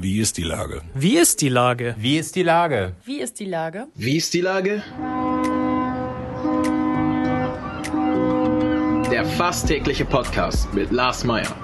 Wie ist die Lage? Wie ist die Lage? Wie ist die Lage? Wie ist die Lage? Wie ist die Lage? Der fast tägliche Podcast mit Lars Meyer.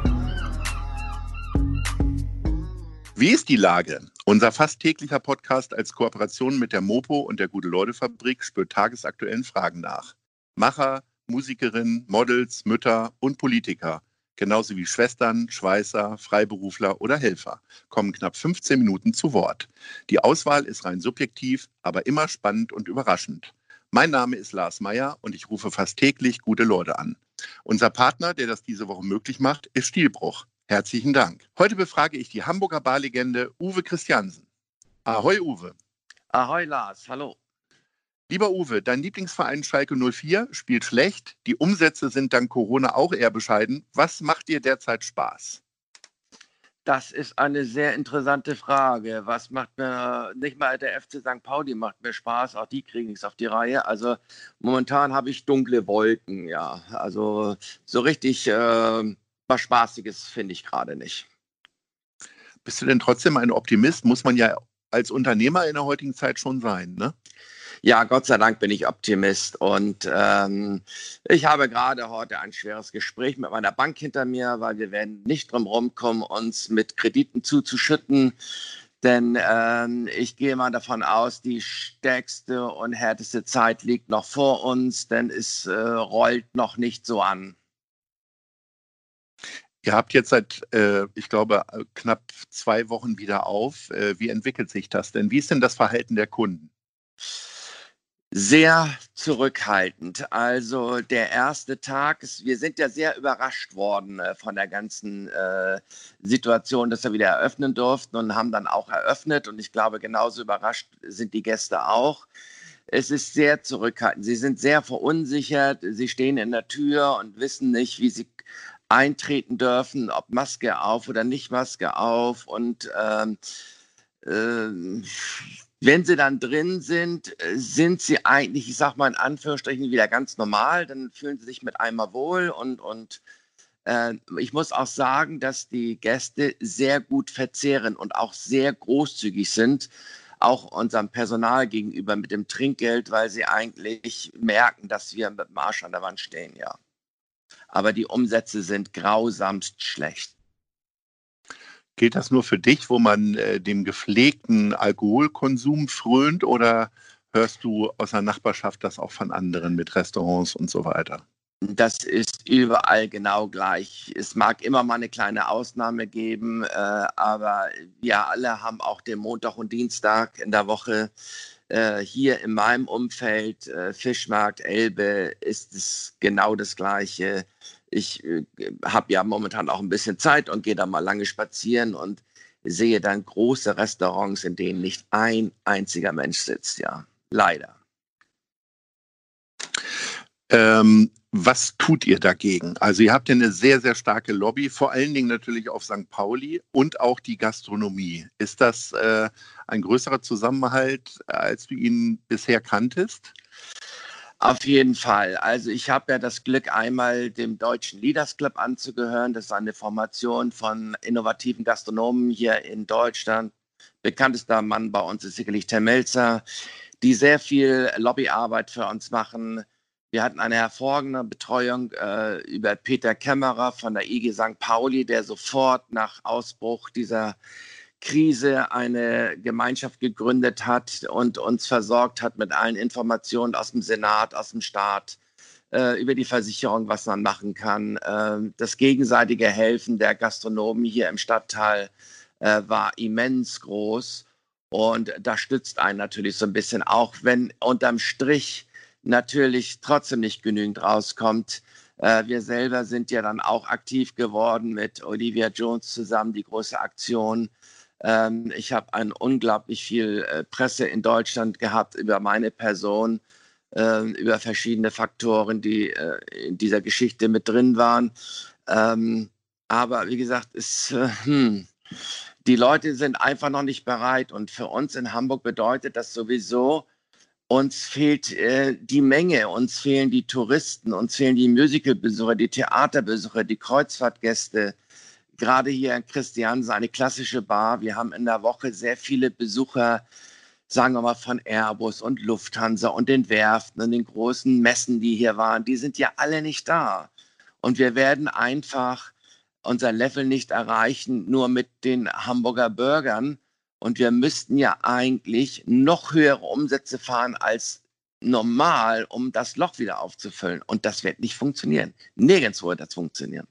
Wie ist die Lage? Unser fast täglicher Podcast als Kooperation mit der Mopo und der Gute-Leute-Fabrik spürt tagesaktuellen Fragen nach. Macher, Musikerinnen, Models, Mütter und Politiker, genauso wie Schwestern, Schweißer, Freiberufler oder Helfer, kommen knapp 15 Minuten zu Wort. Die Auswahl ist rein subjektiv, aber immer spannend und überraschend. Mein Name ist Lars Meyer und ich rufe fast täglich gute Leute an. Unser Partner, der das diese Woche möglich macht, ist Stilbruch. Herzlichen Dank. Heute befrage ich die Hamburger Barlegende Uwe Christiansen. Ahoi Uwe. Ahoi Lars, hallo. Lieber Uwe, dein Lieblingsverein Schalke 04 spielt schlecht. Die Umsätze sind dank Corona auch eher bescheiden. Was macht dir derzeit Spaß? Das ist eine sehr interessante Frage. Was macht mir, nicht mal der FC St. Pauli macht mir Spaß, auch die kriegen nichts auf die Reihe. Also momentan habe ich dunkle Wolken, ja. Also so richtig was Spaßiges finde ich gerade nicht. Bist du denn trotzdem ein Optimist? Muss man ja als Unternehmer in der heutigen Zeit schon sein, ne? Ja, Gott sei Dank bin ich Optimist und ich habe gerade heute ein schweres Gespräch mit meiner Bank hinter mir, weil wir werden nicht drum rumkommen, uns mit Krediten zuzuschütten, denn ich gehe mal davon aus, die stärkste und härteste Zeit liegt noch vor uns, denn es rollt noch nicht so an. Ihr habt jetzt seit, ich glaube, knapp 2 Wochen wieder auf. Wie entwickelt sich das denn? Wie ist denn das Verhalten der Kunden? Sehr zurückhaltend. Also der erste Tag, wir sind ja sehr überrascht worden von der ganzen Situation, dass wir wieder eröffnen durften und haben dann auch eröffnet. Und ich glaube, genauso überrascht sind die Gäste auch. Es ist sehr zurückhaltend. Sie sind sehr verunsichert. Sie stehen in der Tür und wissen nicht, wie sie eintreten dürfen, ob Maske auf oder nicht Maske auf. Und wenn sie dann drin sind, sind sie eigentlich, ich sag mal in Anführungsstrichen, wieder ganz normal. Dann fühlen sie sich mit einmal wohl. Und ich muss auch sagen, dass die Gäste sehr gut verzehren und auch sehr großzügig sind, auch unserem Personal gegenüber mit dem Trinkgeld, weil sie eigentlich merken, dass wir mit dem Arsch an der Wand stehen, ja. Aber die Umsätze sind grausamst schlecht. Gilt das nur für dich, wo man dem gepflegten Alkoholkonsum frönt, oder hörst du aus der Nachbarschaft das auch von anderen mit Restaurants und so weiter? Das ist überall genau gleich. Es mag immer mal eine kleine Ausnahme geben, aber wir alle haben auch den Montag und Dienstag in der Woche hier in meinem Umfeld, Fischmarkt, Elbe, ist es genau das Gleiche. Ich habe ja momentan auch ein bisschen Zeit und gehe da mal lange spazieren und sehe dann große Restaurants, in denen nicht ein einziger Mensch sitzt, ja, leider. Was tut ihr dagegen? Also ihr habt ja eine sehr, sehr starke Lobby, vor allen Dingen natürlich auf St. Pauli und auch die Gastronomie. Ist das ein größerer Zusammenhalt, als du ihn bisher kanntest? Auf jeden Fall. Also ich habe ja das Glück, einmal dem Deutschen Leaders Club anzugehören. Das ist eine Formation von innovativen Gastronomen hier in Deutschland. Bekanntester Mann bei uns ist sicherlich Tim Melzer, die sehr viel Lobbyarbeit für uns machen. Wir hatten eine hervorragende Betreuung über Peter Kämmerer von der IG St. Pauli, der sofort nach Ausbruch dieser Krise eine Gemeinschaft gegründet hat und uns versorgt hat mit allen Informationen aus dem Senat, aus dem Staat, über die Versicherung, was man machen kann. Das gegenseitige Helfen der Gastronomen hier im Stadtteil war immens groß und das stützt einen natürlich so ein bisschen, auch wenn unterm Strich natürlich trotzdem nicht genügend rauskommt. Wir selber sind ja dann auch aktiv geworden mit Olivia Jones zusammen, die große Aktion. Ich habe unglaublich viel Presse in Deutschland gehabt über meine Person, über verschiedene Faktoren, die in dieser Geschichte mit drin waren. Aber wie gesagt, die Leute sind einfach noch nicht bereit. Und für uns in Hamburg bedeutet das sowieso, uns fehlt die Menge, uns fehlen die Touristen, uns fehlen die Musicalbesucher, die Theaterbesucher, die Kreuzfahrtgäste. gerade hier in Christiansen, eine klassische Bar. Wir haben in der Woche sehr viele Besucher, sagen wir mal von Airbus und Lufthansa und den Werften und den großen Messen, die hier waren. Die sind ja alle nicht da. Und wir werden einfach unser Level nicht erreichen, nur mit den Hamburger Burgern. Und wir müssten ja eigentlich noch höhere Umsätze fahren als normal, um das Loch wieder aufzufüllen. Und das wird nicht funktionieren. Nirgendwo wird das funktionieren.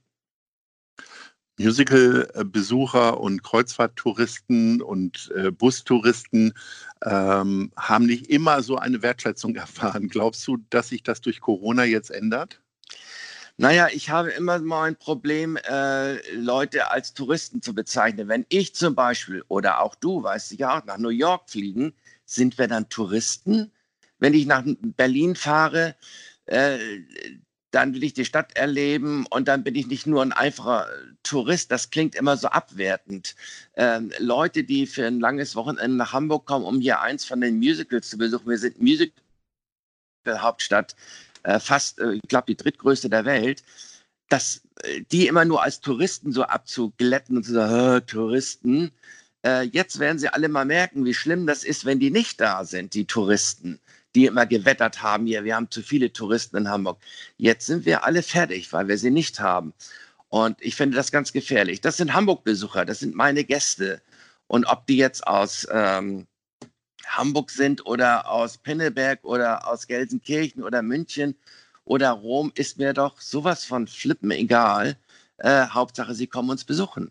Musical-Besucher und Kreuzfahrttouristen und Bustouristen haben nicht immer so eine Wertschätzung erfahren. Glaubst du, dass sich das durch Corona jetzt ändert? Naja, ich habe immer mal ein Problem, Leute als Touristen zu bezeichnen. Wenn ich zum Beispiel oder auch du, weißt du ja auch, nach New York fliegen, sind wir dann Touristen? Wenn ich nach Berlin fahre, dann will ich die Stadt erleben und dann bin ich nicht nur ein einfacher Tourist. Das klingt immer so abwertend. Leute, die für ein langes Wochenende nach Hamburg kommen, um hier eins von den Musicals zu besuchen. Wir sind Musical-Hauptstadt, ich glaube, die drittgrößte der Welt. Die immer nur als Touristen so abzuglätten und zu sagen, Touristen. Jetzt werden sie alle mal merken, wie schlimm das ist, wenn die nicht da sind, die Touristen, die immer gewettert haben, hier, wir haben zu viele Touristen in Hamburg. Jetzt sind wir alle fertig, weil wir sie nicht haben. Und ich finde das ganz gefährlich. Das sind Hamburg-Besucher, das sind meine Gäste. Und ob die jetzt aus Hamburg sind oder aus Pinneberg oder aus Gelsenkirchen oder München oder Rom, ist mir doch sowas von flippen egal. Hauptsache, sie kommen uns besuchen.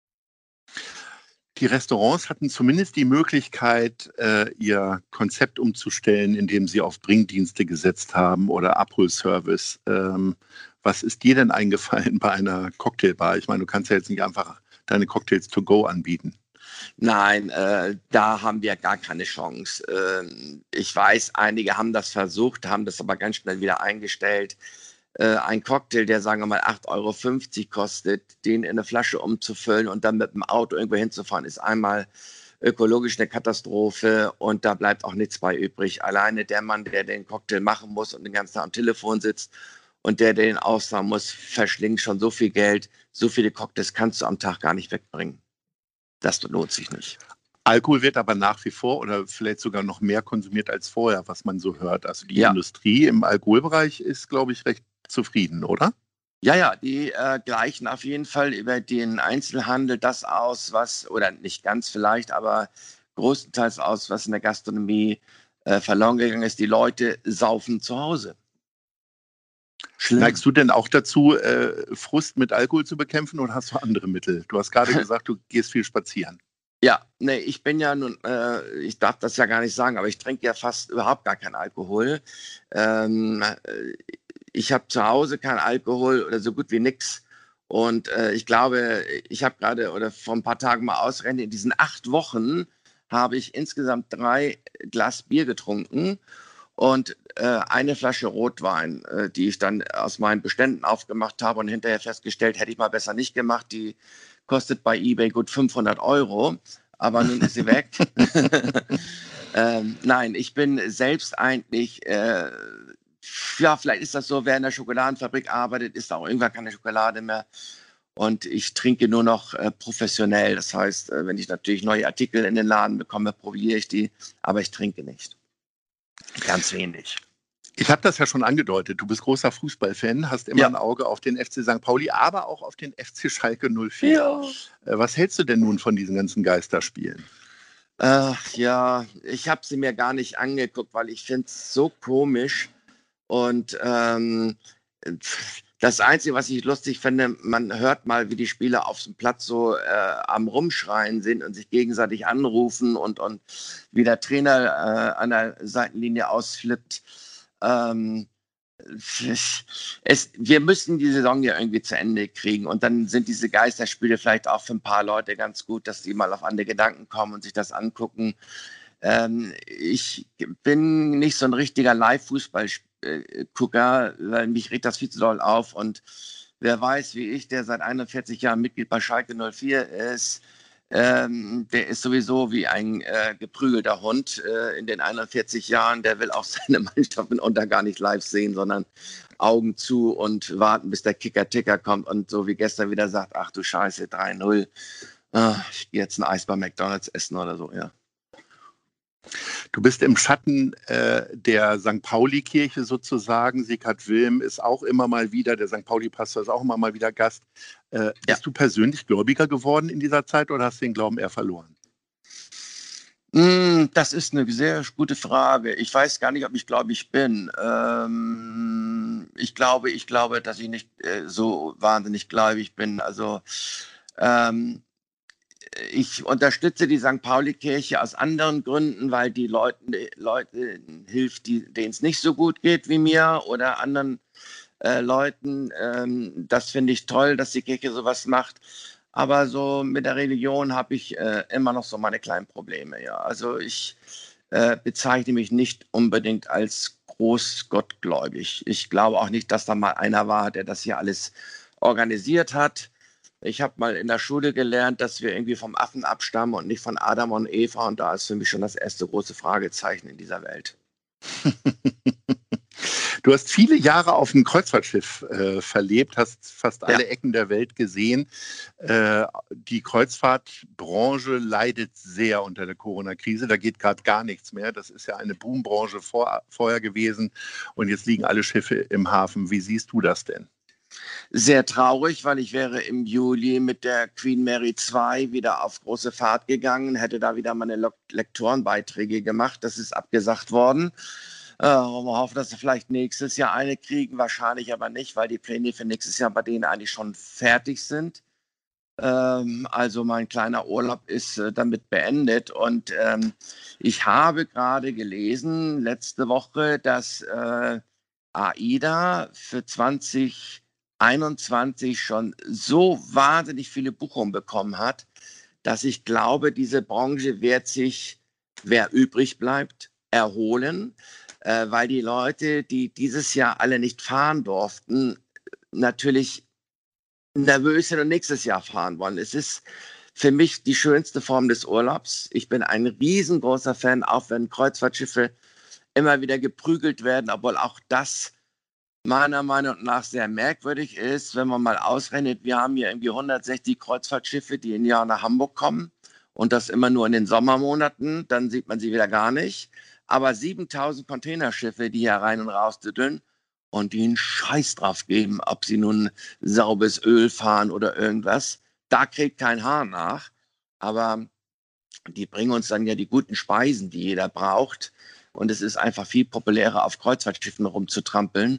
Die Restaurants hatten zumindest die Möglichkeit, ihr Konzept umzustellen, indem sie auf Bringdienste gesetzt haben oder Abholservice. Was ist dir denn eingefallen bei einer Cocktailbar? Ich meine, du kannst ja jetzt nicht einfach deine Cocktails to go anbieten. Nein, da haben wir gar keine Chance. Ich weiß, einige haben das versucht, haben das aber ganz schnell wieder eingestellt. Ein Cocktail, der, sagen wir mal, 8,50 € kostet, den in eine Flasche umzufüllen und dann mit dem Auto irgendwo hinzufahren, ist einmal ökologisch eine Katastrophe und da bleibt auch nichts bei übrig. Alleine der Mann, der den Cocktail machen muss und den ganzen Tag am Telefon sitzt und der den aussagen muss, verschlingt schon so viel Geld. So viele Cocktails kannst du am Tag gar nicht wegbringen. Das lohnt sich nicht. Alkohol wird aber nach wie vor oder vielleicht sogar noch mehr konsumiert als vorher, was man so hört. Also die Industrie im Alkoholbereich ist, glaube ich, recht zufrieden, oder? Ja, die gleichen auf jeden Fall über den Einzelhandel das aus, was, oder nicht ganz vielleicht, aber größtenteils aus, was in der Gastronomie verloren gegangen ist. Die Leute saufen zu Hause. Schlimm. Neigst du denn auch dazu, Frust mit Alkohol zu bekämpfen oder hast du andere Mittel? Du hast gerade gesagt, du gehst viel spazieren. Ja, nee, ich bin ja nun, ich darf das ja gar nicht sagen, aber ich trinke ja fast überhaupt gar keinen Alkohol. Ich habe zu Hause keinen Alkohol oder so gut wie nix. Und ich glaube, ich habe gerade oder vor ein paar Tagen mal ausgerechnet, in diesen 8 Wochen habe ich insgesamt 3 Glas Bier getrunken und eine Flasche Rotwein, die ich dann aus meinen Beständen aufgemacht habe und hinterher festgestellt, hätte ich mal besser nicht gemacht. Die kostet bei eBay gut 500 €, aber nun ist sie weg. Nein, ich bin selbst eigentlich, ja, vielleicht ist das so, wer in der Schokoladenfabrik arbeitet, ist auch irgendwann keine Schokolade mehr. Und ich trinke nur noch professionell. Das heißt, wenn ich natürlich neue Artikel in den Laden bekomme, probiere ich die, aber ich trinke nicht. Ganz wenig. Ich habe das ja schon angedeutet. Du bist großer Fußballfan, hast immer ein Auge auf den FC St. Pauli, aber auch auf den FC Schalke 04. Ja. Was hältst du denn nun von diesen ganzen Geisterspielen? Ja, ich habe sie mir gar nicht angeguckt, weil ich finde es so komisch. Und das Einzige, was ich lustig finde, man hört mal, wie die Spieler auf dem Platz so am Rumschreien sind und sich gegenseitig anrufen und wie der Trainer an der Seitenlinie ausflippt. Wir müssen die Saison ja irgendwie zu Ende kriegen und dann sind diese Geisterspiele vielleicht auch für ein paar Leute ganz gut, dass die mal auf andere Gedanken kommen und sich das angucken. Ich bin nicht so ein richtiger Live-Fußball-Gucker, weil mich regt das viel zu doll auf und wer weiß, wie ich, der seit 41 Jahren Mitglied bei Schalke 04 ist, Der ist sowieso wie ein geprügelter Hund in den 41 Jahren. Der will auch seine Mannschaft mitunter gar nicht live sehen, sondern Augen zu und warten, bis der Kicker-Ticker kommt und so wie gestern wieder sagt, ach du Scheiße, 3-0. Ich gehe jetzt ein Eis bei McDonald's essen oder so, ja. Du bist im Schatten der St. Pauli-Kirche sozusagen. Sieghard Wilm ist auch immer mal wieder, der St. Pauli-Pastor ist auch immer mal wieder Gast. Bist du persönlich gläubiger geworden in dieser Zeit oder hast du den Glauben eher verloren? Das ist eine sehr gute Frage. Ich weiß gar nicht, ob ich gläubig bin. Ich glaube, dass ich nicht so wahnsinnig gläubig bin. Also ich unterstütze die St. Pauli-Kirche aus anderen Gründen, weil die Leuten hilft, denen es nicht so gut geht wie mir oder anderen Leuten. Das finde ich toll, dass die Kirche sowas macht. Aber so mit der Religion habe ich immer noch so meine kleinen Probleme. Ja. Also ich bezeichne mich nicht unbedingt als großgottgläubig. Ich glaube auch nicht, dass da mal einer war, der das hier alles organisiert hat. Ich habe mal in der Schule gelernt, dass wir irgendwie vom Affen abstammen und nicht von Adam und Eva. Und da ist für mich schon das erste große Fragezeichen in dieser Welt. Du hast viele Jahre auf einem Kreuzfahrtschiff verlebt, hast fast alle Ecken der Welt gesehen. Die Kreuzfahrtbranche leidet sehr unter der Corona-Krise. Da geht gerade gar nichts mehr. Das ist ja eine Boombranche vorher gewesen. Und jetzt liegen alle Schiffe im Hafen. Wie siehst du das denn? Sehr traurig, weil ich wäre im Juli mit der Queen Mary 2 wieder auf große Fahrt gegangen, hätte da wieder meine Lektorenbeiträge gemacht. Das ist abgesagt worden. Wir hoffen, dass wir vielleicht nächstes Jahr eine kriegen, wahrscheinlich aber nicht, weil die Pläne für nächstes Jahr bei denen eigentlich schon fertig sind. Also mein kleiner Urlaub ist damit beendet und ich habe gerade gelesen, letzte Woche, dass AIDA für 2021 schon so wahnsinnig viele Buchungen bekommen hat, dass ich glaube, diese Branche wird sich, wer übrig bleibt, erholen, weil die Leute, die dieses Jahr alle nicht fahren durften, natürlich nervös sind und nächstes Jahr fahren wollen. Es ist für mich die schönste Form des Urlaubs. Ich bin ein riesengroßer Fan, auch wenn Kreuzfahrtschiffe immer wieder geprügelt werden, obwohl auch das meiner Meinung nach sehr merkwürdig ist, wenn man mal ausrechnet, wir haben hier irgendwie 160 Kreuzfahrtschiffe, die im Jahr nach Hamburg kommen und das immer nur in den Sommermonaten, dann sieht man sie wieder gar nicht. Aber 7000 Containerschiffe, die hier rein und raus düdeln und die einen Scheiß drauf geben, ob sie nun sauberes Öl fahren oder irgendwas, da kriegt kein Haar nach. Aber die bringen uns dann ja die guten Speisen, die jeder braucht. Und es ist einfach viel populärer, auf Kreuzfahrtschiffen rumzutrampeln.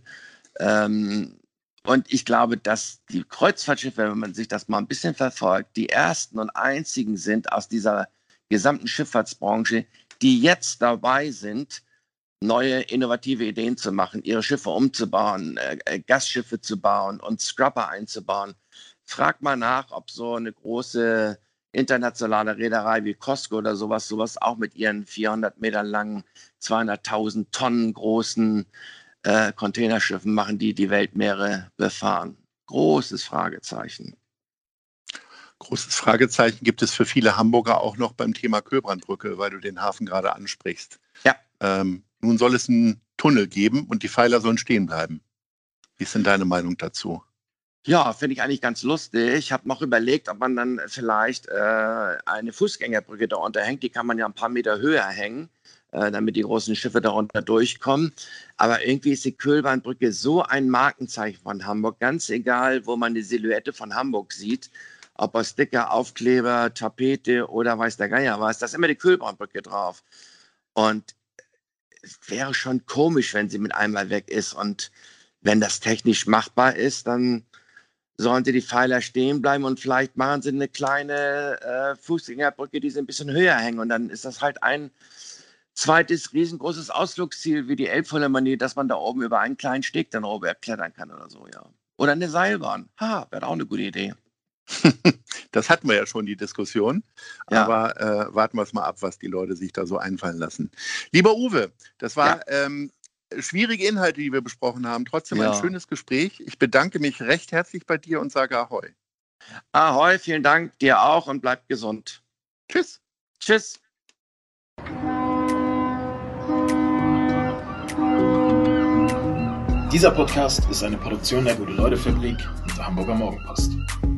Und ich glaube, dass die Kreuzfahrtschiffe, wenn man sich das mal ein bisschen verfolgt, die ersten und einzigen sind aus dieser gesamten Schifffahrtsbranche, die jetzt dabei sind, neue innovative Ideen zu machen, ihre Schiffe umzubauen, Gastschiffe zu bauen und Scrubber einzubauen. Frag mal nach, ob so eine große internationale Reederei wie COSCO oder sowas auch mit ihren 400 Meter langen, 200.000 Tonnen großen Containerschiffen machen, die die Weltmeere befahren. Großes Fragezeichen. Großes Fragezeichen gibt es für viele Hamburger auch noch beim Thema Köbrandbrücke, weil du den Hafen gerade ansprichst. Ja. Nun soll es einen Tunnel geben und die Pfeiler sollen stehen bleiben. Wie ist denn deine Meinung dazu? Ja, finde ich eigentlich ganz lustig. Ich habe noch überlegt, ob man dann vielleicht eine Fußgängerbrücke darunter hängt. Die kann man ja ein paar Meter höher hängen, damit die großen Schiffe darunter durchkommen. Aber irgendwie ist die Köhlbahnbrücke so ein Markenzeichen von Hamburg. Ganz egal, wo man die Silhouette von Hamburg sieht, ob aus Sticker, Aufkleber, Tapete oder weiß der Geier was, da ist immer die Köhlbahnbrücke drauf. Und es wäre schon komisch, wenn sie mit einmal weg ist. Und wenn das technisch machbar ist, dann sollen die Pfeiler stehen bleiben und vielleicht machen sie eine kleine Fußgängerbrücke, die sie ein bisschen höher hängen. Und dann ist das halt ein zweites riesengroßes Ausflugsziel wie die Elbphilharmonie, dass man da oben über einen kleinen Steg dann oben klettern kann oder so, ja. Oder eine Seilbahn. Wäre auch eine gute Idee. Das hatten wir ja schon, die Diskussion. Ja. Aber warten wir es mal ab, was die Leute sich da so einfallen lassen. Lieber Uwe, das war schwierige Inhalte, die wir besprochen haben. Trotzdem ein schönes Gespräch. Ich bedanke mich recht herzlich bei dir und sage Ahoi. Ahoi, vielen Dank, dir auch und bleib gesund. Tschüss. Tschüss. Dieser Podcast ist eine Produktion der Gute-Leute-Fabrik und der Hamburger Morgenpost.